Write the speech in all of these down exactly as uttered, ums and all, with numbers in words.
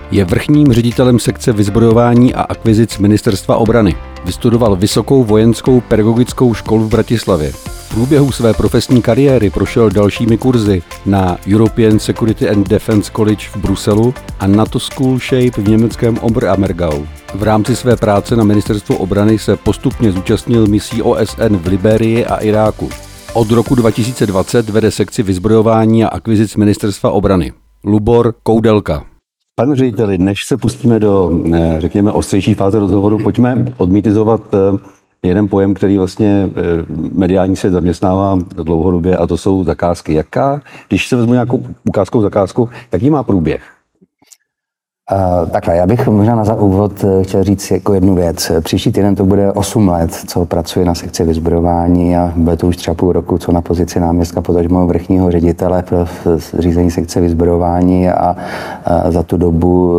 Je vrchním ředitelem sekce vyzbrojování a akvizic Ministerstva obrany. Vystudoval Vysokou vojenskou pedagogickou školu v Bratislavě. V průběhu své profesní kariéry prošel dalšími kurzy na European Security and Defense College v Bruselu a NATO School Shape v německém Oberammergau. V rámci své práce na Ministerstvu obrany se postupně zúčastnil misí O S N v Libérii a Iráku. Od roku dva tisíce dvacet vede sekci vyzbrojování a akvizic Ministerstva obrany. Lubor Koudelka. Pane řediteli, než se pustíme do, řekněme, ostřejší fáze rozhovoru, pojďme odmýtizovat jeden pojem, který vlastně mediální svět zaměstnává dlouhodobě, a to jsou zakázky. Jaká, když se vezmu nějakou ukázkovou zakázku, jaký má průběh? Uh, takhle, já bych možná na úvod chtěl říct jako jednu věc. Příští týden to bude osm let, co pracuji na sekci vyzbrojování a bude to už třeba půl roku, co na pozici náměstka potažmo vrchního ředitele pro řízení sekce vyzbrojování a, a za tu dobu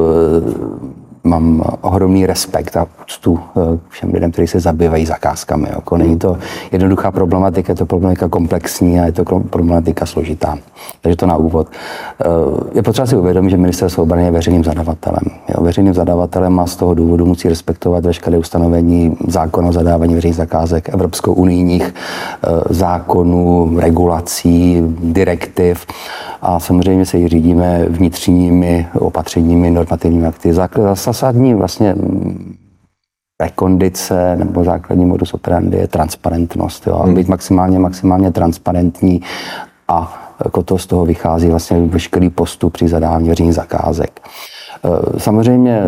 mám ohromný respekt a úctu všem lidem, kteří se zabývají zakázkami. Jako není to jednoduchá problematika, je to problematika komplexní a je to problematika složitá. Takže to na úvod. Je potřeba si uvědomit, že Ministerstvo obrany je veřejným zadavatelem. Jo, veřejným zadavatelem a z toho důvodu musí respektovat veškeré ustanovení zákona o zadávání veřejných zakázek, evropskou unijních zákonů, regulací, direktiv a samozřejmě se i řídíme vnitřními opatřeními, normativními akty. Zásadní vlastně rekondice nebo základní modus operandi je transparentnost. Jo? Hmm. Být maximálně, maximálně transparentní a jako to z toho vychází vlastně veškerý postup při zadávání veřejných zakázek. Samozřejmě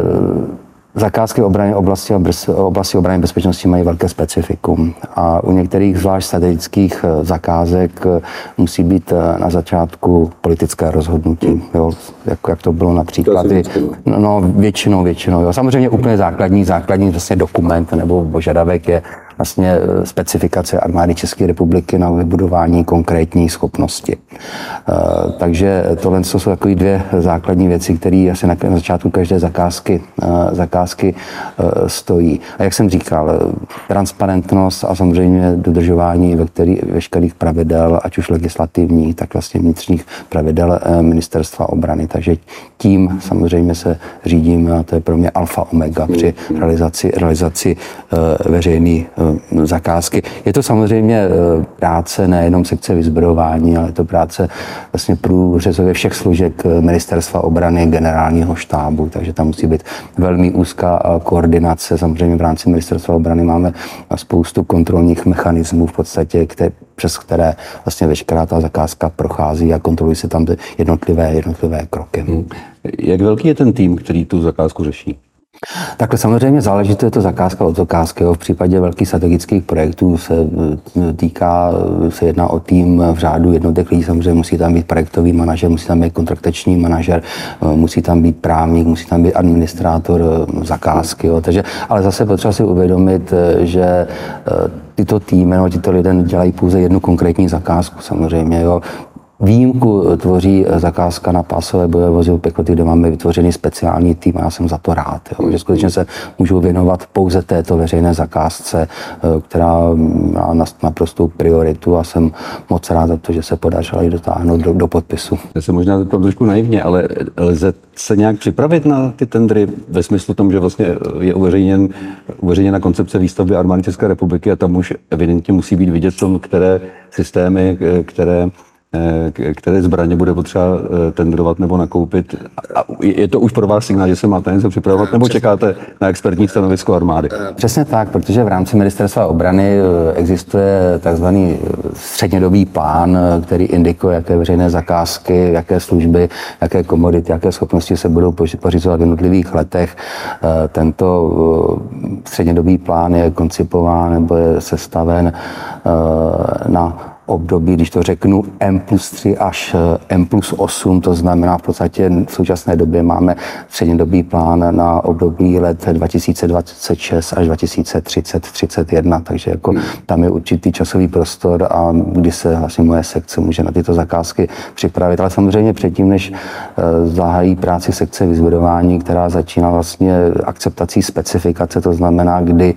zakázky obrany oblasti, oblasti obrany bezpečnosti mají velké specifikum a u některých zvlášť strategických zakázek musí být na začátku politické rozhodnutí, jo, jak, jak to bylo například. I, no, většinou, většinou. Jo. Samozřejmě úplně základní, základní vlastně dokument nebo požadavek je vlastně specifikace armády České republiky na vybudování konkrétní schopnosti. Uh, takže tohle jsou takové dvě základní věci, které asi na, na začátku každé zakázky, uh, zakázky uh, stojí. A jak jsem říkal, transparentnost a samozřejmě dodržování veškerých, veškerých pravidel, ať už legislativních, tak vlastně vnitřních pravidel uh, Ministerstva obrany. Takže tím samozřejmě se řídím a to je pro mě alfa omega při realizaci, realizaci uh, veřejných zakázky. Je to samozřejmě práce nejenom sekce vyzbrojování, ale je to práce vlastně průřezově všech složek Ministerstva obrany, generálního štábu, takže tam musí být velmi úzká koordinace. Samozřejmě v rámci Ministerstva obrany máme spoustu kontrolních mechanismů v podstatě, které, přes které vlastně veškerá ta zakázka prochází a kontrolují se tam jednotlivé, jednotlivé kroky. Hmm. Jak velký je ten tým, který tu zakázku řeší? Takhle samozřejmě záleží, to je to zakázka od zakázky. Jo. V případě velkých strategických projektů se týká, se jedná o tým v řádu jednotek lidí. Samozřejmě musí tam být projektový manažer, musí tam být kontraktační manažer, musí tam být právník, musí tam být administrátor zakázky. Jo. Takže, ale zase potřeba si uvědomit, že tyto týmy, no, tyto lidé dělají pouze jednu konkrétní zakázku samozřejmě. Jo. Výjimku tvoří zakázka na pásové bojové vozy pěchoty, kde máme vytvořený speciální tým a já jsem za to rád, jo, že skutečně se můžu věnovat pouze této veřejné zakázce, která má naprostou prioritu a jsem moc rád za to, že se podařilo ji dotáhnout do, do podpisu. Já se možná zeptám trošku naivně, ale lze se nějak připravit na ty tendry ve smyslu tom, že vlastně je uveřejněn, uveřejněna koncepce výstavby armády České republiky a tam už evidentně musí být vidět tom, které systémy, které které zbraně bude potřeba tendrovat nebo nakoupit. A je to už pro vás signál, že se máte něco připravovat, nebo čekáte na expertní stanovisko armády? Přesně tak, protože v rámci Ministerstva obrany existuje takzvaný střednědobý plán, který indikuje, jaké veřejné zakázky, jaké služby, jaké komodity, jaké schopnosti se budou pořizovat v jednotlivých letech. Tento střednědobý plán je koncipován nebo je sestaven na období, když to řeknu, M plus tři až M plus osm, to znamená v podstatě v současné době máme střednědobý plán na období let dva tisíce dvacet šest až dva tisíce třicet třicet jedna, takže jako tam je určitý časový prostor a kdy se vlastně moje sekce může na tyto zakázky připravit. Ale samozřejmě předtím, než zahájí práci sekce vyzbrojování, která začíná vlastně akceptací specifikace, to znamená, kdy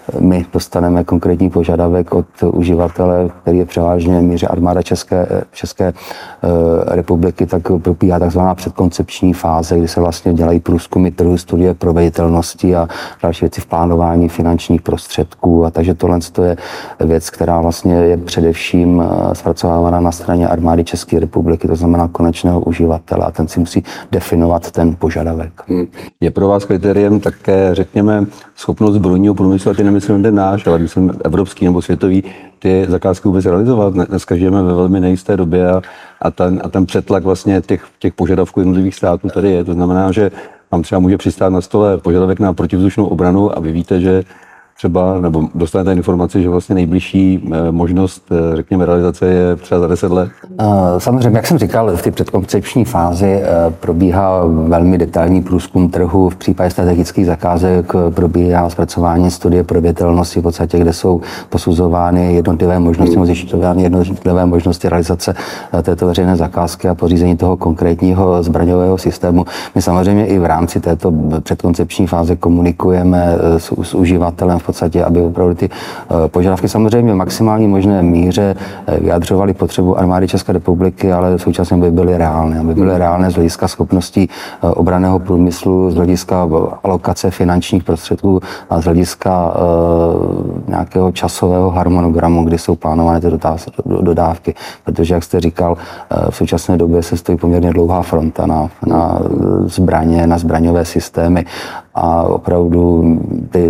my dostaneme konkrétní požadavek od uživatele, který je převážně míře armáda České, České republiky, tak probíhá takzvaná předkoncepční fáze, kdy se vlastně dělají průzkumy trhu, studie proveditelnosti a další věci v plánování finančních prostředků. A takže tohle je věc, která vlastně je především zpracovávána na straně armády České republiky, to znamená konečného uživatele, a ten si musí definovat ten požadavek. Hmm. Je pro vás kritériem také, řekněme, schopnost zbrojního průmyslu, a ty nemyslím ten náš, ale myslím evropský nebo světový, ty zakázky vůbec realizovat? Dneska žijeme ve velmi nejisté době a, a, ten, a ten přetlak vlastně těch, těch požadavků jednotlivých států tady je. To znamená, že vám třeba může přistát na stole požadavek na protivzdušnou obranu a vy víte, že třeba, nebo dostanete informaci, že vlastně nejbližší možnost, řekněme, realizace je třeba za deset let? Samozřejmě, jak jsem říkal, v té předkoncepční fázi probíhá velmi detailní průzkum trhu. V případě strategických zakázek probíhá zpracování studie proveditelnosti, v podstatě, kde jsou posuzovány jednotlivé možnosti, nebo zjišťovány jednotlivé možnosti realizace této veřejné zakázky a pořízení toho konkrétního zbraňového systému. My samozřejmě i v rámci této předkoncepční fáze komunikujeme s, s uživatelem v podstatě, aby opravdu ty požadavky samozřejmě v maximální možné míře vyjadřovaly potřebu armády České republiky, ale současně by byly reálné. Aby byly reálné z hlediska schopností obranného průmyslu, z hlediska alokace finančních prostředků a z hlediska uh, nějakého časového harmonogramu, kdy jsou plánované ty dodávky. Protože, jak jste říkal, v současné době se stojí poměrně dlouhá fronta na, na zbraně, na zbraňové systémy a opravdu ty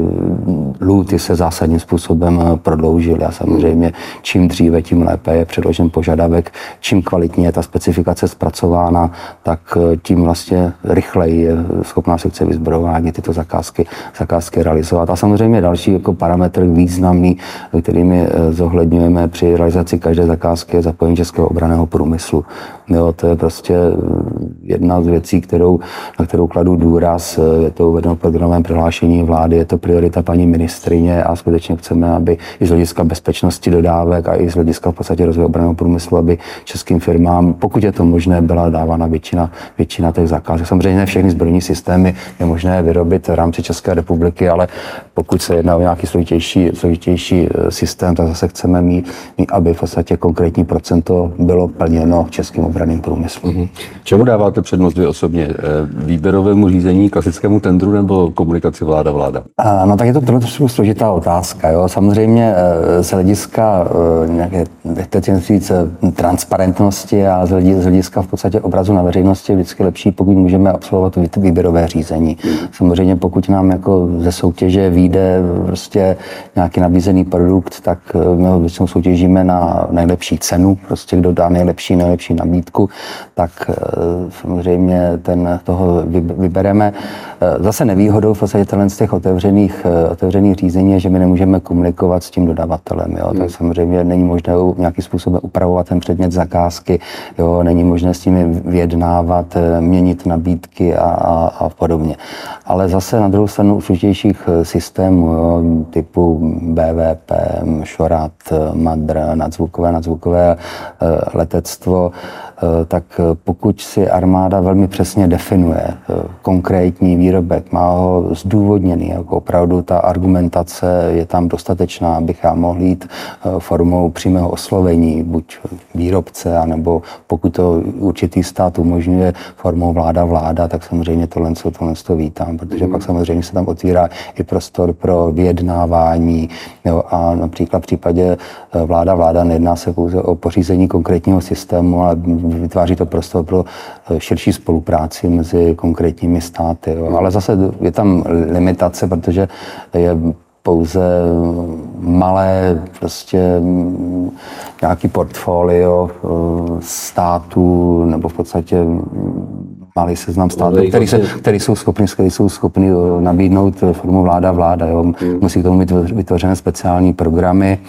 lhůty se zásadním způsobem prodloužily a samozřejmě čím dříve, tím lépe je předložen požadavek, čím kvalitně je ta specifikace zpracována, tak tím vlastně rychleji je schopná sekce vyzbrojování tyto zakázky, zakázky realizovat. A samozřejmě další jako parametr významný, kterými zohledňujeme při realizaci každé zakázky, je zapojení českého obranného průmyslu. Jo, to je prostě jedna z věcí, kterou, na kterou kladu důraz, je to uvedeno v programovém prohlášení vlády, je to priorita paní ministryně a skutečně chceme, aby i z hlediska bezpečnosti dodávek a i z hlediska v podstatě rozvoje obranného průmyslu, aby českým firmám, pokud je to možné, byla dávána většina, většina těch zakázek. Samozřejmě ne všechny zbrojní systémy je možné vyrobit v rámci České republiky, ale pokud se jedná o nějaký složitější, složitější systém, tak zase chceme mít, mít, aby v podstatě konkrétní procento bylo plněno českým obranným průmyslu. Mm-hmm. Čemu dáváte přednost vy osobně? Výběrovému řízení, klasickému tendru nebo komunikaci vláda-vláda? No tak je to trošku složitá otázka. Jo. Samozřejmě z hlediska nějaké transparentnosti a z hlediska v podstatě obrazu na veřejnosti je vždycky lepší, pokud můžeme absolvovat výběrové řízení. Samozřejmě pokud nám jako ze soutěže vyjde prostě nějaký nabízený produkt, tak my ho většinou soutěžíme na nejlepší cenu, prostě kdo dá nejlepší, nejlepší nabídku, tak samozřejmě ten toho vybereme. Zase nevýhodou v podstatě z těch otevřených, otevřených řízení je, že my nemůžeme komunikovat s tím dodavatelem. Jo? Hmm. Tak samozřejmě není možné nějakým způsobem upravovat ten předmět zakázky, jo? Není možné s nimi vyjednávat, měnit nabídky a, a, a podobně. Ale zase na druhou stranu složitějších systémů, jo? Typu B V P, Šorat, Madr, nadzvukové, nadzvukové letectvo, tak pokud si armáda velmi přesně definuje konkrétní výrobek, má ho zdůvodněný, jako opravdu ta argumentace je tam dostatečná, abych já mohl jít formou přímého oslovení, buď výrobce, anebo pokud to určitý stát umožňuje formou vláda-vláda, tak samozřejmě tohle, tohle to vítám, protože pak samozřejmě se tam otvírá i prostor pro vyjednávání, jo, a například v případě vláda-vláda nejedná se pouze o pořízení konkrétního systému, ale vytváří to prostor pro širší spolupráci mezi konkrétními státy. Jo. Ale zase je tam limitace, protože je pouze malé prostě nějaký portfolio států nebo v podstatě malý seznam států, který, se, který jsou schopni, který jsou schopni nabídnout formu vláda-vláda. Jo. Musí k tomu být vytvořené speciální programy,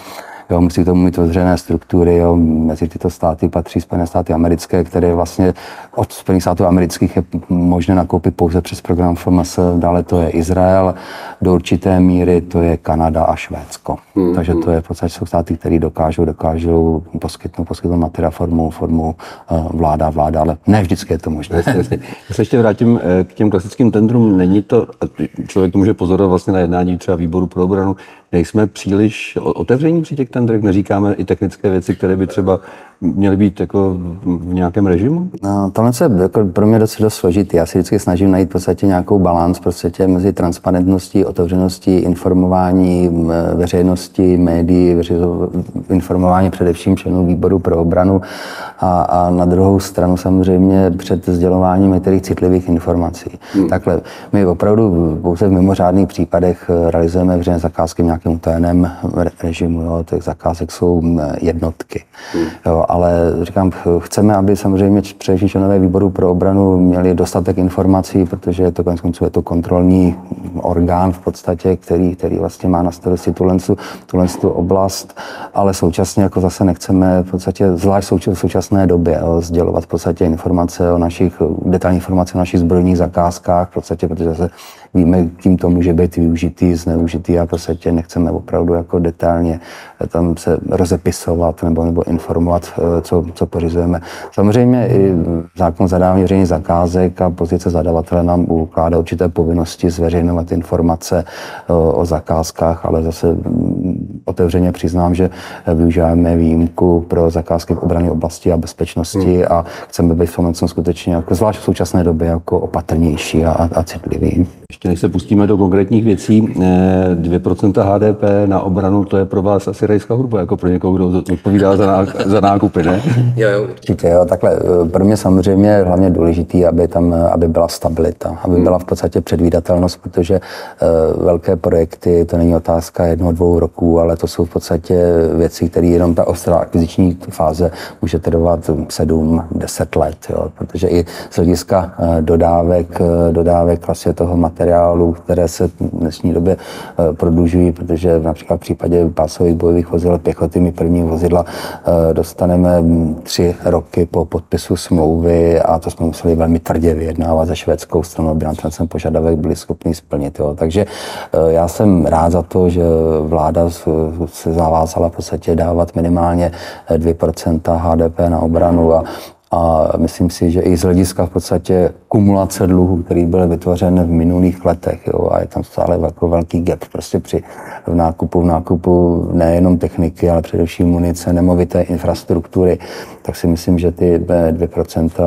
Jo, musí k tomu mít otevřené struktury. Jo. Mezi tyto státy patří Spojené státy americké, které vlastně od Spojených států amerických je možné nakoupit pouze přes program F M S. Dále to je Izrael, do určité míry to je Kanada a Švédsko. Hmm. Takže to je v podstatě jsou státy, které dokážou, dokážou poskytnout, poskytnout materiál formou, formou vláda, vláda, ale ne vždycky je to možné. Já se ještě vrátím k těm klasickým tendrům. Není to, člověk to může pozorovat vlastně na jednání třeba výboru pro obranu, nejsme příliš otevření při těch tendrech, neříkáme i technické věci, které by třeba měly být jako v nějakém režimu? No, tohle je jako pro mě dost, dost složitý. Já si vždycky snažím najít v podstatě nějakou balans prostě mezi transparentností, otevřeností, informování veřejnosti, médií, veřejno, informování především členů výboru pro obranu a, a na druhou stranu samozřejmě před sdělováním některých citlivých informací. Hmm. Takhle, my opravdu pouze v mimořádných případech realizujeme veřejné zakázky v nějakém utajeném režimu. Jo. Těch zakázek jsou jednotky. Hmm. Jo, ale říkám, chceme, aby samozřejmě především členové výboru pro obranu měli dostatek informací, protože je to konec konců je to kontrolní orgán v podstatě, který, který vlastně má na starosti tuhle, tuhle tu oblast, ale současně jako zase nechceme v podstatě, zvlášť v současné době, jo, sdělovat v podstatě informace o našich, detailní informace o našich zbrojních zakázkách, v podstatě, protože zase víme, kým to může být využitý, zneužitý a v podstatě nechceme opravdu jako detailně tam se rozepisovat nebo, nebo informovat, co, co pořizujeme. Samozřejmě i zákon zadávání veřejných zakázek a pozice zadavatele nám ukládá určité povinnosti zveřejňovat informace o, o zakázkách, ale zase otevřeně přiznám, že využíváme výjimku pro zakázky v obranné oblasti a bezpečnosti hmm. a chceme být v tom skutečně, jako, zvlášť v současné době, jako opatrnější a, a citlivý. Ještě než se pustíme do konkrétních věcí, dvě procenta H D P na obranu, to je pro vás asi rajská hudba, jako pro někoho, kdo odpovídá za, ná, za nákupy, ne? Jo, jo, určitě, jo. Takhle pro mě samozřejmě je hlavně důležitý, aby tam aby byla stabilita, aby byla v podstatě předvídatelnost, protože uh, velké projekty, to není otázka jednoho, dvou roků, ale to jsou v podstatě věci, které jenom ta ostrá akviziční fáze může trvat sedm, deset let, jo. Protože i z hlediska uh, dodávek, uh, dodávek vlastně toho materiálu, které se v dnešní době uh, prodlužují, protože například v případě pásových bojových vozidel pěchoty my první vozidla uh, dostaneme tři roky po podpisu smlouvy a to jsme museli velmi tvrdě vyjednávat se švédskou stranou, aby nám ten požadavek byli schopni splnit. Jo. Takže uh, já jsem rád za to, že vláda se zavázala v podstatě dávat minimálně dvě procenta H D P na obranu a A myslím si, že i z hlediska v podstatě kumulace dluhů, který byl vytvořen v minulých letech, jo, a je tam stále jako velký gap prostě při v nákupu, v nákupu nejenom techniky, ale především munice, nemovité infrastruktury, tak si myslím, že ty dvě procenta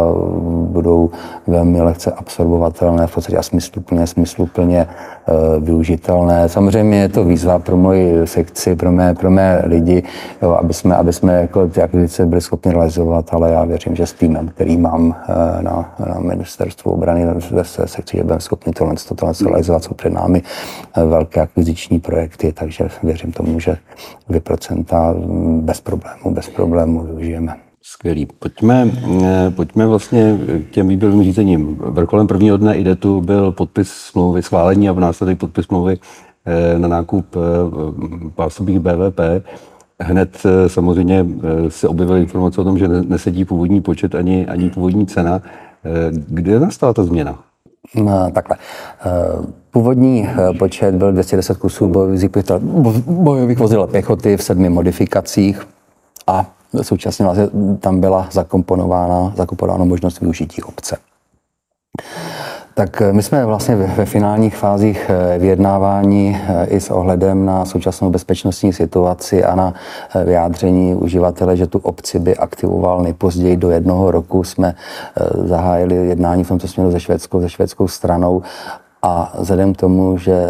budou velmi lehce absorbovatelné, v podstatě a smysluplně, smysluplně uh, využitelné. Samozřejmě je to výzva pro moji sekci, pro mé, pro mé lidi, jo, aby jsme, aby jsme jako ty akvizice byli schopni realizovat, ale já věřím, že s týmem, který mám uh, na, na ministerstvu obrany ve sekci, že budeme schopni tohle, tohle realizovat, jsou před námi uh, velké akviziční projekty, takže věřím tomu, že dvě procenta bez problémů, bez problémů využijeme. Skvělý. Pojďme, pojďme vlastně k těm výběrovým řízením. Vrcholem prvního dne IDETu byl podpis smlouvy, schválení a v následek podpis smlouvy na nákup pásových B V P. Hned samozřejmě se objevily informace o tom, že nesedí původní počet ani, ani původní cena. Kde nastala ta změna? No, takhle. Původní počet byl dvě stě deset kusů bojových, bojových vozidel pěchoty v sedmi modifikacích a současně vlastně tam byla zakomponována, zakomponována možnost využití obce. Tak my jsme vlastně ve finálních fázích vyjednávání i s ohledem na současnou bezpečnostní situaci a na vyjádření uživatele, že tu obci by aktivoval nejpozději do jednoho roku. Jsme zahájili jednání v tomto směru se švédskou, se švédskou stranou a vzhledem k tomu, že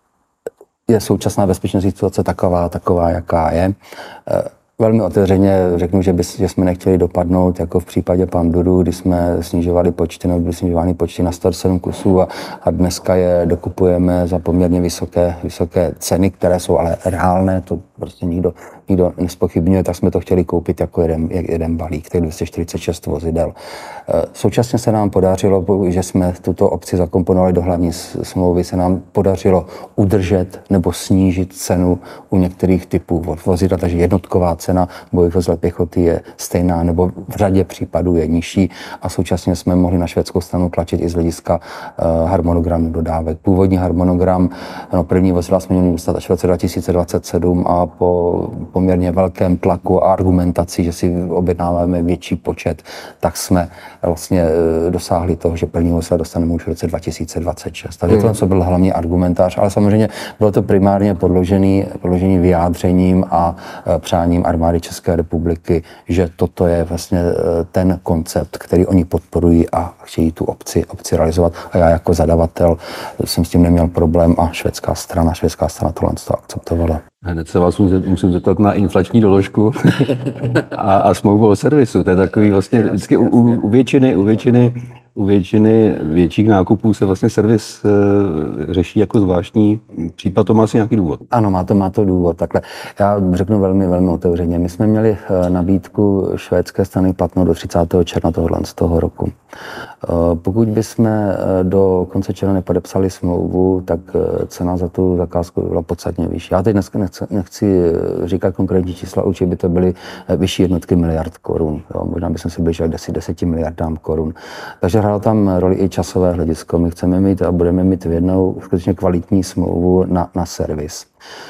je současná bezpečnostní situace taková, taková, jaká je, velmi otevřeně řeknu, že, by, že jsme nechtěli dopadnout jako v případě Panduru, kdy jsme snižovali počty, nebo byly snižovány počty na sto sedm kusů a, a dneska je dokupujeme za poměrně vysoké, vysoké ceny, které jsou ale reálné, to prostě nikdo nikdo nespochybňuje, tak jsme to chtěli koupit jako jeden, jeden balík, těch dvě stě čtyřicet šest vozidel. Současně se nám podařilo, že jsme tuto opci zakomponovali do hlavní smlouvy, se nám podařilo udržet nebo snížit cenu u některých typů vozidel, takže jednotková cena bojových vozidel pěchoty je stejná nebo v řadě případů je nižší a současně jsme mohli na švédskou stranu tlačit i z hlediska uh, harmonogramu dodávek. Původní harmonogram, no, první vozidla jsme měli dostat až v roce dva tisíce dvacet sedm a po poměrně velkém tlaku a argumentaci, že si objednáváme větší počet, tak jsme vlastně uh, dosáhli toho, že první vozidla dostaneme už v roce dva tisíce dvacet šest. Takže hmm. to byl hlavní argumentář, ale samozřejmě bylo to primárně podložený, podložený vyjádřením a uh, přáním armády České republiky, že toto je vlastně uh, ten koncept, který oni podporují a chtějí tu opci, opci realizovat. A já jako zadavatel jsem s tím neměl problém a švédská strana, švédská strana tohle to akceptovala. Hned se vás musím zeptat na inflační doložku a, a smlouvu o servisu. To je takový vlastně vždycky u, u, u většiny, u většiny, u většiny větších nákupů se vlastně servis e, řeší jako zvláštní případ. To má asi nějaký důvod? Ano, má to, má to důvod. Takhle, já řeknu velmi, velmi otevřeně. My jsme měli nabídku švédské strany platnou do třicátého června tohohle z toho roku. Pokud bychom do konce června nepodepsali smlouvu, tak cena za tu zakázku byla podstatně vyšší. Já teď dneska nechci, nechci říkat konkrétní čísla, určitě by to byly vyšší jednotky miliard korun. Jo, možná bychom si blížili deset, deset miliardám korun. Takže hrálo tam roli i časové hledisko. My chceme mít a budeme mít v jednou skutečně kvalitní smlouvu na, na servis.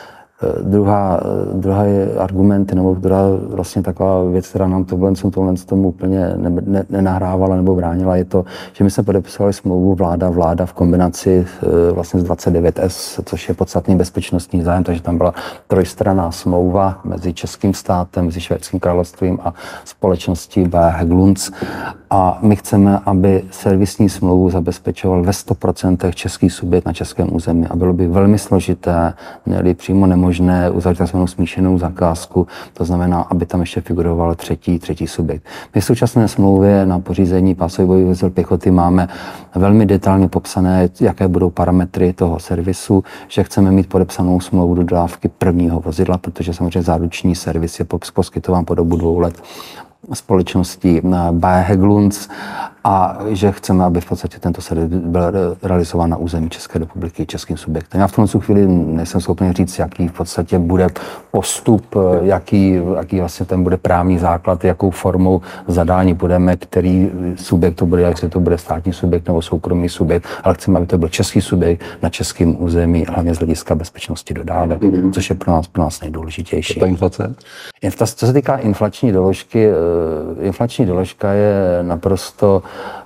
Druhá, druhá je argument, nebo druhá vlastně taková věc, která nám tohle, tohle tomu úplně ne, ne, nenahrávala nebo bránila, je to, že my jsme podepisovali smlouvu vláda, vláda v kombinaci vlastně z dvacet devět S, což je podstatný bezpečnostní zájem, takže tam byla trojstranná smlouva mezi českým státem, mezi Švédským královstvím a společností B H Glunds. A my chceme, aby servisní smlouvu zabezpečoval ve sto procent český subjekt na českém území. A bylo by velmi složité, ne-li přímo nemožné uzavřít takzvanou smíšenou zakázku, to znamená, aby tam ještě figuroval třetí, třetí subjekt. My v současné smlouvě na pořízení pásových bojových vozidel pěchoty máme velmi detailně popsané, jaké budou parametry toho servisu, že chceme mít podepsanou smlouvu dodávky prvního vozidla, protože samozřejmě záruční servis je poskytován po dobu dvou let společností B H Glunds a že chceme, aby v podstatě tento servis byl realizován na území České republiky českým subjektem. Já v tomto chvíli nejsem schopný říct, jaký v podstatě bude postup, jaký, jaký vlastně ten bude právní základ, jakou formou zadání budeme, který subjekt to bude, jestli to bude státní subjekt nebo soukromý subjekt, ale chceme, aby to byl český subjekt na českém území, hlavně z hlediska bezpečnosti dodávek, mm-hmm. což je pro nás, pro nás nejdůležitější. Ta inflace? Co se týká inflační doložky, inflační doložka je naprosto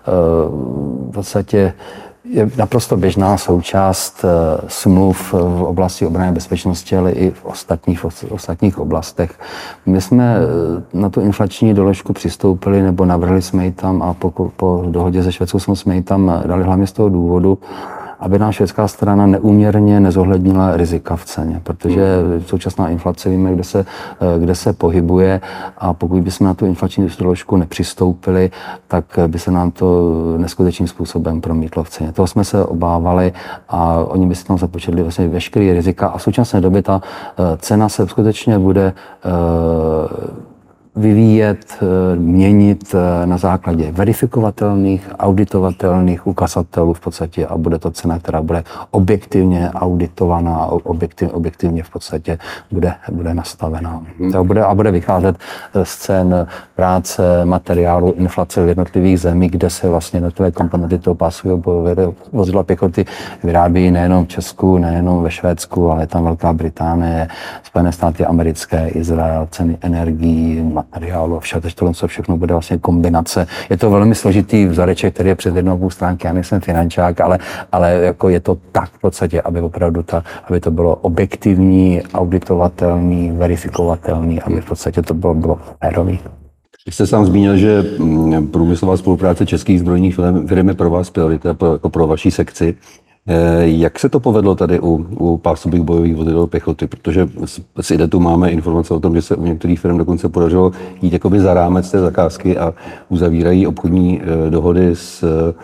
v podstatě je naprosto běžná součást smluv v oblasti obrany a bezpečnosti, ale i v ostatních, v ostatních oblastech. My jsme na tu inflační doložku přistoupili, nebo navrhli jsme ji tam a po, po dohodě se Švédskou jsme ji tam dali hlavně z toho důvodu, aby nám švédská strana neúměrně nezohlednila rizika v ceně, protože současná inflace víme, kde se, kde se pohybuje a pokud bychom na tu inflační doložku nepřistoupili, tak by se nám to neskutečným způsobem promítlo v ceně. Toho jsme se obávali a oni by si tam započetli vlastně veškerý rizika a v současné době ta cena se skutečně bude vyvíjet, měnit na základě verifikovatelných, auditovatelných ukazatelů v podstatě a bude to cena, která bude objektivně auditovaná a objektiv, objektivně v podstatě bude, bude nastavená. Hmm. To bude, a bude vycházet z cen práce, materiálu, inflace v jednotlivých zemích, kde se vlastně jednotlivé komponenty toho pásového vozidla pěchoty vyrábějí nejenom v Česku, nejenom ve Švédsku, ale je tam Velká Británie, Spojené státy americké, Izrael, ceny energií, materiálu a vše, takže tohle všechno bude vlastně kombinace. Je to velmi složitý vzoreček, který je před jednou půl stránky, já nejsem finančák, ale, ale jako je to tak v podstatě, aby opravdu ta, aby to bylo objektivní, auditovatelný, verifikovatelný, aby v podstatě to bylo, bylo férový. Vy jste sám zmínil, že průmyslová spolupráce českých zbrojních firm je pro vás priorita, jako pro vaší sekci. Jak se to povedlo tady u, u pásových bojových vozidel pěchoty? Protože z IDETu máme informace o tom, že se u některých firm dokonce podařilo jít jakoby za rámec té zakázky a uzavírají obchodní dohody s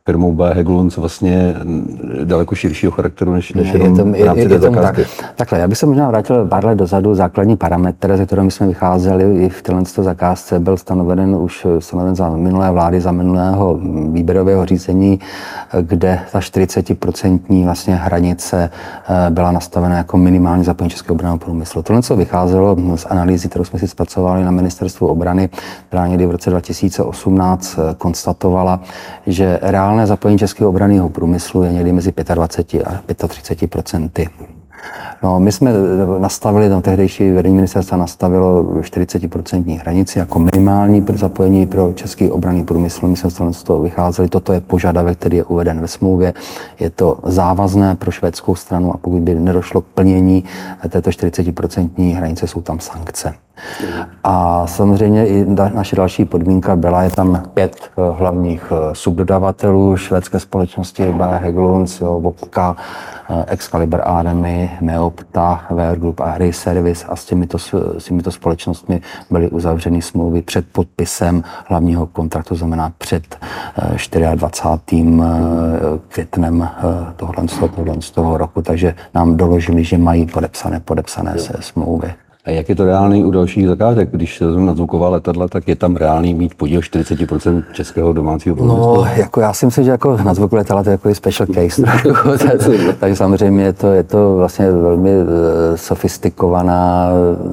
firmou B. Hägglunds vlastně daleko širšího charakteru, než, než je, jenom to, v rámci je, té je zakázky. Tak, takhle, já bych se možná vrátil pár let dozadu. Základní parametr, ze kterého my jsme vycházeli i v této zakázce, byl stanoven už stanoven za minulé vlády, za minulého výběrového řízení, kde ta čtyřicetiprocentní vlastně hranice byla nastavena jako minimální zapojení českého obranného průmyslu. Tohle, co vycházelo z analýzy, kterou jsme si zpracovali na Ministerstvu obrany, která někdy v roce dva tisíce osmnáct konstatovala, že reálné zapojení českého obranného průmyslu je někdy mezi dvaceti pěti a třiceti procenty. No, my jsme nastavili, no, tehdejší vedení ministerstva nastavilo čtyřicetiprocentní hranici jako minimální pro zapojení pro český obranný průmysl. My jsme z toho vycházeli. Toto je požadavek, který je uveden ve smlouvě. Je to závazné pro švédskou stranu a pokud by nedošlo k plnění této čtyřicetiprocentní hranice, jsou tam sankce. A samozřejmě i naše další podmínka byla, je tam pět hlavních subdodavatelů švédské společnosti B. Hägglunds, Vopka, Excalibur Army, Meopta, V R Group a Hry Service a s těmito, s těmito společnostmi byly uzavřeny smlouvy před podpisem hlavního kontraktu, znamená před dvacátým čtvrtým květnem tohohle, tohohle z toho roku, takže nám doložili, že mají podepsané, podepsané se smlouvy. A jak je to reálný u dalších zakázek? Když se vezmu nadzvuková letadla, tak je tam reálný mít podíl čtyřicet procent českého domácího průmyslu? No, jako já si myslím, že jako nadzvukové letadla to je jako special case. Takže samozřejmě je to, je to vlastně velmi sofistikovaná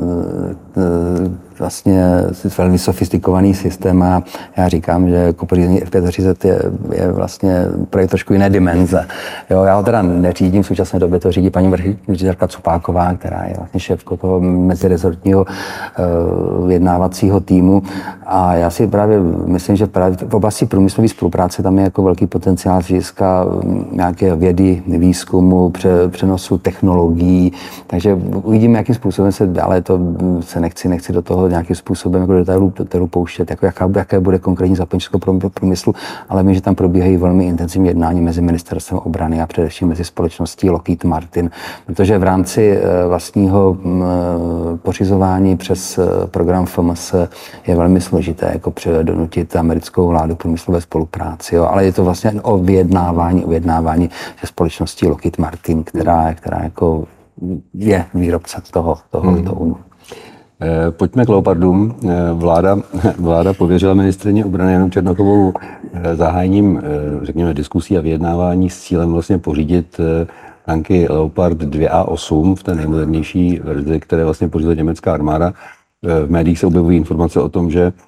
vlastně velmi sofistikovaný systém a já říkám, že jako pořízení F třicet pět je, je vlastně projekt trošku jiné dimenze. Jo, já ho teda neřídím, v současné době to řídí paní ředitelka Cupáková, která je vlastně šéfkou toho mezirezortního uh, vyjednávacího týmu a já si právě myslím, že právě v oblasti průmyslové spolupráce tam je jako velký potenciál z hlediska nějaké vědy, výzkumu, pře, přenosu technologií, takže uvidíme, jakým způsobem se dále to se nechci, nechci do toho nějakým způsobem jako detailů, detailů pouštět, jako jaká, jaké bude konkrétní zapojení českého průmyslu, ale vím, že tam probíhají velmi intenzivní jednání mezi ministerstvem obrany a především mezi společností Lockheed Martin, protože v rámci vlastního pořizování přes program F M S je velmi složité jako donutit americkou vládu průmyslové spolupráci, jo, ale je to vlastně o vyjednávání, o vyjednávání se společností Lockheed Martin, která, která jako je výrobce toho, toho, hmm. toho. Pojďme k Leopardům. Vláda, vláda pověřila ministryni obrany Janu Černochovou zahájením, řekněme, diskusí a vyjednávání s cílem vlastně pořídit tanky Leopard dva A osm v té nejmodernější verzi, které vlastně pořídila německá armáda. V médiích se objevují informace o tom, že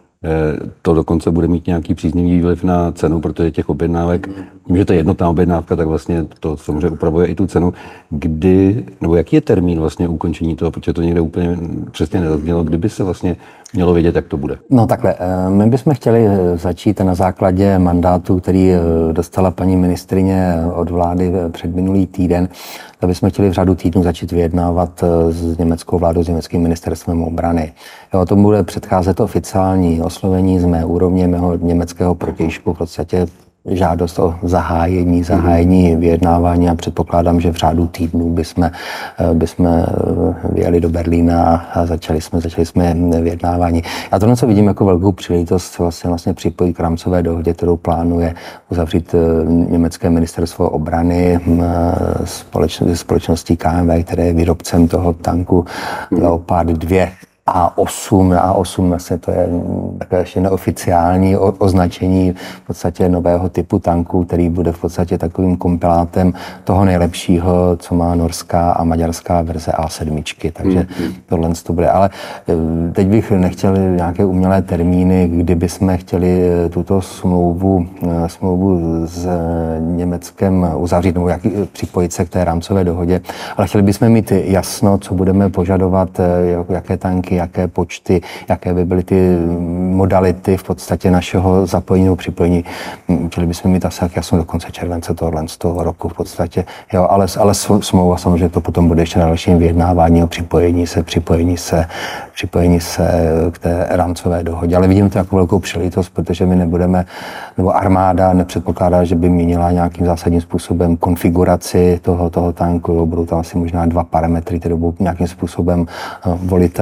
to dokonce bude mít nějaký příznivý vliv na cenu, protože těch objednávek, tím, že to je jednotná objednávka, tak vlastně to samozřejmě upravuje i tu cenu. Kdy, nebo jaký je termín vlastně ukončení toho, protože to někde úplně přesně nezaznělo, kdyby se vlastně mělo vědět, jak to bude? No takhle, my bychom chtěli začít na základě mandátu, který dostala paní ministryně od vlády před minulý týden, tak bychom chtěli v řadu týdnů začít vyjednávat s německou vládou, s německým ministerstvem obrany. Jo, tomu bude předcházet oficiální oslovení z mé úrovně, mého německého protějšku, v podstatě žádost o zahájení, zahájení vyjednávání a předpokládám, že v řádu týdnů bychom, bychom vyjeli do Berlína a začali jsme, začali jsme vyjednávání. Já to, co vidím jako velkou příležitost, vlastně, vlastně připojit k rámcové dohodě, kterou plánuje uzavřít německé ministerstvo obrany společnosti, společností K M W, které je výrobcem toho tanku Leopard dva A osm, A osm vlastně to je takové ještě neoficiální označení v podstatě nového typu tanku, který bude v podstatě takovým kompilátem toho nejlepšího, co má norská a maďarská verze A sedm. Takže mm-hmm. tohle to bude. Ale teď bych nechtěl nějaké umělé termíny, kdyby jsme chtěli tuto smlouvu, smlouvu s Německem uzavřít nebo jaký, připojit se k té rámcové dohodě, ale chtěli bychom mít jasno, co budeme požadovat, jaké tanky, jaké počty, jaké by byly ty modality v podstatě našeho zapojení nebo připojení. Chtěli bychom mít asi jasno do konce července tohohle z toho roku v podstatě. Jo, ale, ale smlouva samozřejmě to potom bude ještě na dalším vyjednávání o připojení se, připojení se, připojení se k té rámcové dohodě. Ale vidím to jako velkou příležitost, protože my nebudeme, nebo armáda nepředpokládá, že by měnila nějakým zásadním způsobem konfiguraci toho, toho tanku. Budou tam asi možná dva parametry, které budou nějakým způsobem volitelné.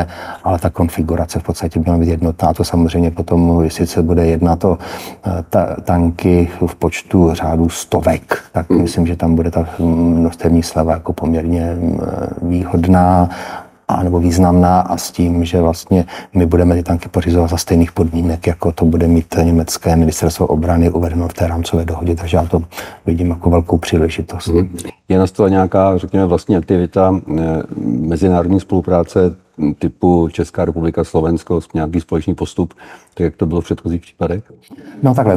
ale ta konfigurace v podstatě měla být jednotná. To samozřejmě potom, jestli se bude jednat o ta, tanky v počtu řádu stovek, tak mm. myslím, že tam bude ta množstevní sleva jako poměrně výhodná a nebo významná a s tím, že vlastně my budeme ty tanky pořizovat za stejných podmínek, jako to bude mít německé ministerstvo obrany uvedeno v té rámcové dohodě, takže já to vidím jako velkou příležitost. Mm. Je na stole nějaká, řekněme, vlastní aktivita mezinárodní spolupráce typu Česká republika, Slovensko, nějaký společný postup, tak jak to bylo v předchozích případech? No takhle,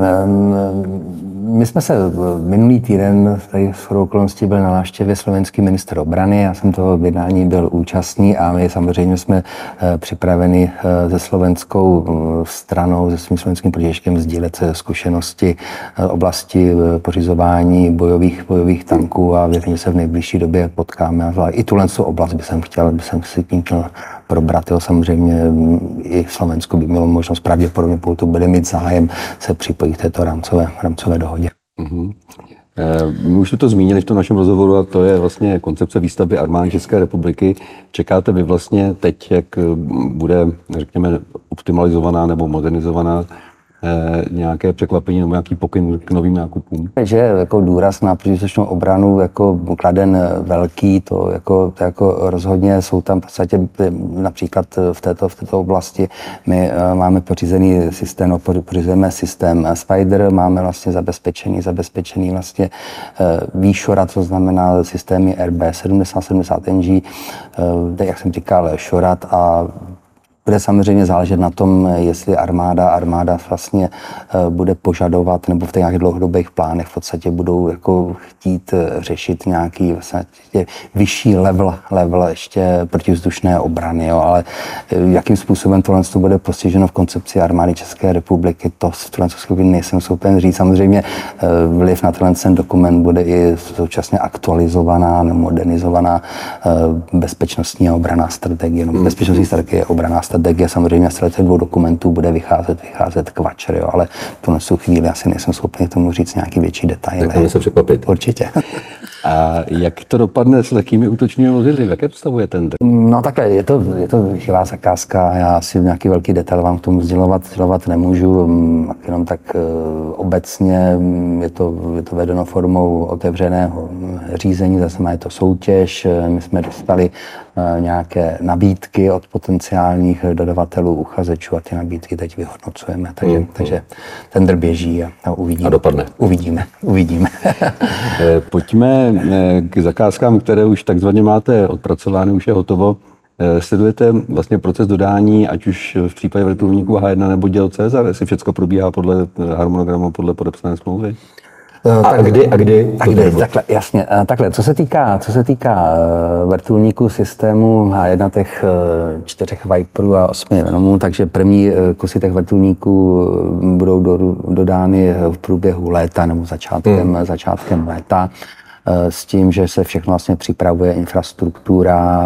my jsme se minulý týden tady v okolností byl na návštěvě slovenský ministr obrany, já jsem toho jednání byl účastný a my samozřejmě jsme připraveni se slovenskou stranou, se svým slovenským protějškem sdílet zkušenosti oblasti pořizování bojových, bojových tanků a věřím, že se v nejbližší době potkáme. A i tuhle oblast by jsem chtěl, by jsem si tím chtěl probrat. Jo, samozřejmě i Slovensko by mělo možnost pravděpodobně, pokud to bude mít zájem, se připojit k této rámcové, rámcové dohodě. Mm-hmm. My už jsme to zmínili v tom našem rozhovoru a to je vlastně koncepce výstavby armády České republiky. Čekáte vy vlastně teď, jak bude, řekněme, optimalizovaná nebo modernizovaná nějaké překvapení nebo nějaký pokyn k novým nákupům? Že jako důraz na protivzdušnou obranu jako kladen velký, to jako, to jako rozhodně jsou tam v podstatě například v této, v této oblasti my máme pořízený systém, no, pořizujeme systém Spider, máme vlastně zabezpečený, zabezpečený vlastně výšora, to znamená systémy R B sedmdesát sedmdesát N G, jak jsem říkal, šorat a bude samozřejmě záležet na tom, jestli armáda, armáda vlastně bude požadovat, nebo v těch nějakých dlouhodobých plánech v podstatě budou jako chtít řešit nějaký vlastně vyšší level, level ještě protivzdušné obrany, jo. Ale jakým způsobem tohle to bude postiženo v koncepci armády České republiky, to v tuhle chvíli nejsem schopen říct. Samozřejmě vliv na tenhle dokument bude i současně aktualizovaná nebo modernizovaná bezpečnostní a obranná strategie, no, bezpečnostní strategie, obranná strategie samozřejmě z těch dvou dokumentů bude vycházet, vycházet kvačer, jo, ale v tuhle chvíli asi nejsem schopný tomu říct nějaký větší detaily. Tak se překvapit. Určitě. A jak to dopadne s lehkými útočnými vozidly? Jaké představuje ten? No takhle, je to, je to živá zakázka, já si nějaký velký detail vám k tomu sdělovat, sdělovat nemůžu, jenom tak obecně je to, je to vedeno formou otevřeného řízení, zase má je to soutěž, my jsme dostali nějaké nabídky od potenciálních dodavatelů, uchazečů a ty nabídky teď vyhodnocujeme, takže, mm, takže tendr běží a, a uvidíme. A dopadne. Uvidíme, uvidíme. Pojďme k zakázkám, které už takzvaně máte odpracovány, už je hotovo. Sledujete vlastně proces dodání, ať už v případě vrtulníků H jedna nebo děl Cezar, jestli všechno probíhá podle harmonogramu, podle podepsané smlouvy? A, a kdy? A kdy? A kdy? Takhle, jasně. Takhle, co se týká, co se týká vrtulníků systému H jedna těch čtyřech Viperů a osmi Venomů, takže první kusy těch vrtulníků budou do, dodány v průběhu léta nebo začátkem, hmm. začátkem léta s tím, že se všechno vlastně připravuje infrastruktura,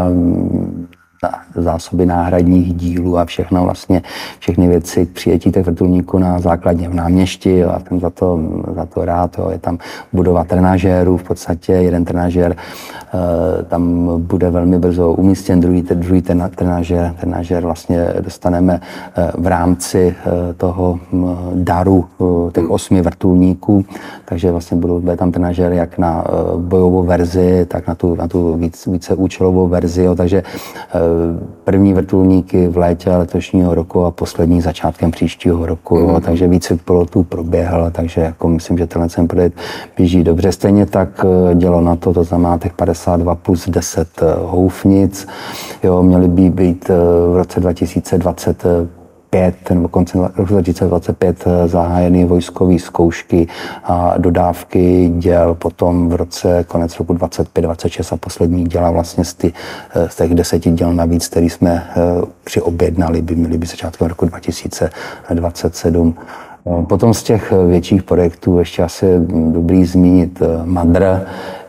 zásoby náhradních dílů a všechno vlastně, všechny věci k přijetí těch vrtulníků na základně v Náměšti, jo, a jsem za to, za to rád, jo. Je tam budova trenažérů, v podstatě jeden trenažér, e, tam bude velmi brzo umístěn, druhý, druhý ten trenažér, trenažér vlastně dostaneme e, v rámci e, toho m, daru e, těch osmi vrtulníků, takže vlastně budou, bude tam trenažér jak na e, bojovou verzi, tak na tu, na tu víc, víceúčelovou verzi, jo, takže e, první vrtulníky v létě letošního roku a poslední začátkem příštího roku, mm. takže více pilotů proběhl, takže jako myslím, že tenhle ten projekt běží dobře. Stejně tak dělo na to, to znamená těch padesát dva plus deset houfnic, jo, měly by být v roce dva tisíce dvacet pět nebo koncem roku dva tisíce dvacet pět zahájeny vojskové zkoušky a dodávky děl, potom v roce konec roku dvacet pět dvacet šest a poslední děla vlastně z, ty, z těch deseti děl navíc, který jsme přiobjednali, by měly být začátkem roku dva tisíce dvacet sedm. Potom z těch větších projektů ještě asi dobrý zmínit Madr,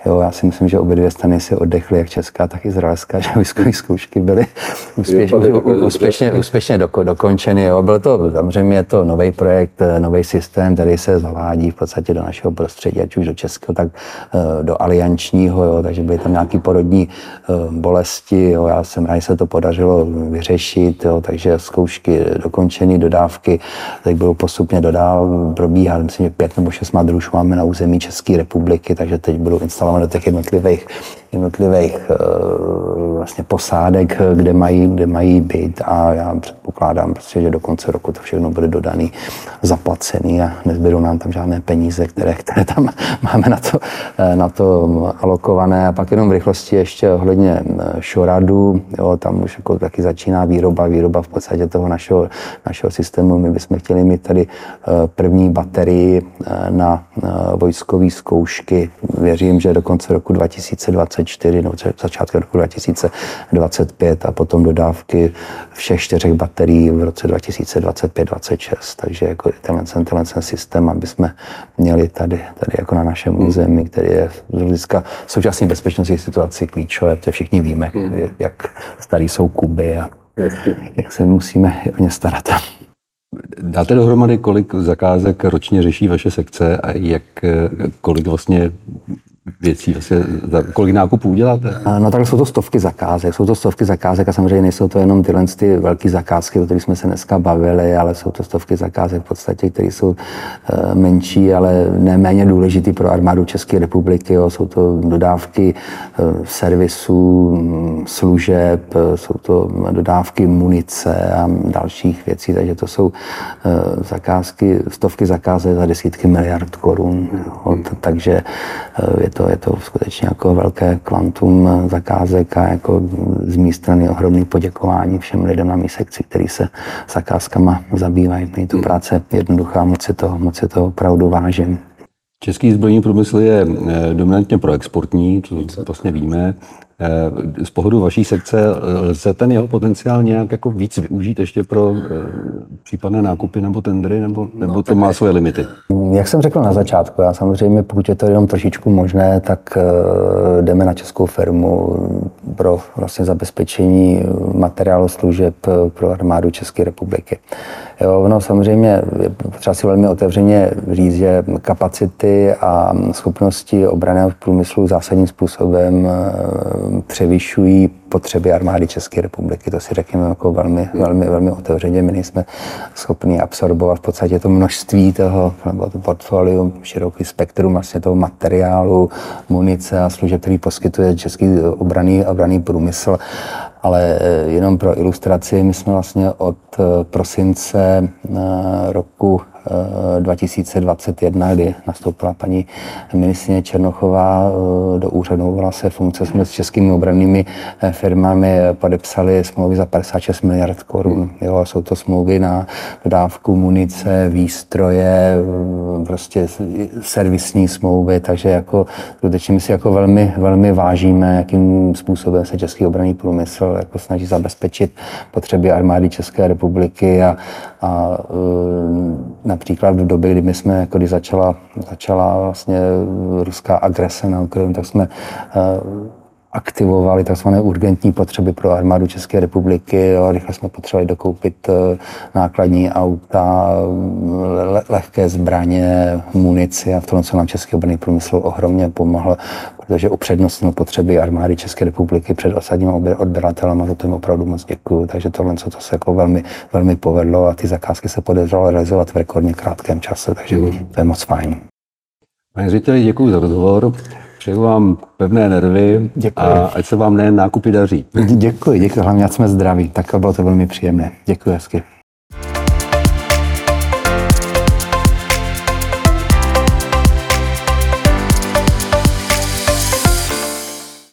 Jo, já si myslím, že obě dvě strany si oddechly, jak česká, tak izraelská, že výzkumné zkoušky byly úspěšně, úspěšně, úspěšně doko, dokončeny. Jo. Byl to, samozřejmě je to nový projekt, nový systém, který se zavádí v podstatě do našeho prostředí, ať už do českého, tak do aliančního, jo, takže byly tam nějaké porodní bolesti. Jo. Já jsem rád, že se to podařilo vyřešit, jo, takže zkoušky dokončeny, dodávky, teď budou postupně dodál probíhat. Myslím, že pět nebo šest madrů už máme na území České republiky, takže teď budou instalovat do těch jednotlivých, jednotlivých vlastně posádek, kde mají, kde mají být, a já předpokládám, prostě, že do konce roku to všechno bude dodaný, zaplacený a nezbydou nám tam žádné peníze, které, které tam máme na to, na to alokované. A pak jenom v rychlosti ještě ohledně Šoradu, jo, tam už jako taky začíná výroba, výroba v podstatě toho našeho, našeho systému. My bychom chtěli mít tady první baterii na vojskové zkoušky. Věřím, že do konce roku dva tisíce dvacet čtyři, no začátkem roku dva tisíce dvacet pět a potom dodávky všech čtyřech baterií v roce dva tisíce dvacet pět dvacet šest. Takže jako tenhle, tenhle systém, aby jsme měli tady, tady jako na našem území, který je z hlediska současné bezpečnostní situaci klíčové, protože všichni víme, jak starý jsou Kuby a jak se musíme o ně starat. Dáte dohromady, kolik zakázek ročně řeší vaše sekce a jak, kolik vlastně věcí, vlastně, kolik nákupů uděláte? No tak jsou to stovky zakázek, jsou to stovky zakázek a samozřejmě nejsou to jenom tyhle ty velké zakázky, o kterých jsme se dneska bavili, ale jsou to stovky zakázek v podstatě, které jsou menší, ale neméně důležitý pro armádu České republiky. Jo. Jsou to dodávky servisů, služeb, jsou to dodávky munice a dalších věcí, takže to jsou zakázky, stovky zakázek za desítky miliard korun. Jo. Takže je to, je to skutečně jako velké kvantum zakázek a jako z mé strany ohromné poděkování všem lidem na mé sekci, kteří se zakázkama zabývají. Je to práce jednoduchá, moc si to, moc si to opravdu vážím. Český zbrojní průmysl je dominantně proexportní, to vlastně víme. Z pohledu vaší sekce lze ten jeho potenciál nějak jako víc využít ještě pro případné nákupy nebo tendry, nebo, nebo to má svoje limity? Jak jsem řekl na začátku, já samozřejmě, pokud je to jenom trošičku možné, tak jdeme na českou firmu pro vlastně zabezpečení materiálu služeb pro armádu České republiky. Jo, no samozřejmě třeba si velmi otevřeně říct, že kapacity a schopnosti obranného průmyslu zásadním způsobem převyšují potřeby armády České republiky. To si řekněme jako velmi, velmi, velmi otevřeně. My nejsme schopni absorbovat v podstatě to množství toho, nebo to portfolio, široký spektrum vlastně toho materiálu, munice a služeb, který poskytuje český obranný, obranný průmysl. Ale jenom pro ilustraci, my jsme vlastně od prosince roku dva tisíce dvacet jedna, kdy nastoupila paní ministryně Černochová do úřadu, volala se funkce, jsme s českými obrannými firmami podepsali smlouvy za padesát šest miliard korun. Jo, jsou to smlouvy na dodávku munice, výstroje, prostě servisní smlouvy, takže jako skutečně my si jako velmi, velmi vážíme, jakým způsobem se český obranný průmysl jako snaží zabezpečit potřeby armády České republiky a, a například v době, kdy my jsme, jako když začala, začala vlastně ruská agrese na Ukrajinu, tak jsme aktivovali tzv. Urgentní potřeby pro armádu České republiky. Jo, rychle jsme potřebovali dokoupit nákladní auta, le- lehké zbraně, munici a v tom, co nám český obranný průmysl ohromně pomohl, protože upřednostnil potřeby armády České republiky před osadním odběratelem a za to jim opravdu moc děkuju. Takže tohle co to se jako velmi, velmi povedlo a ty zakázky se podařilo realizovat v rekordně krátkém čase, takže mm. to je moc fajn. Pane řediteli, děkuji za rozhovor. Přeju vám pevné nervy. Děkuji. A ať se vám nejen nákupy daří. Děkuji, děkuji. Hlavně, ať jsme zdraví. Tak bylo to velmi příjemné. Děkuji hezky.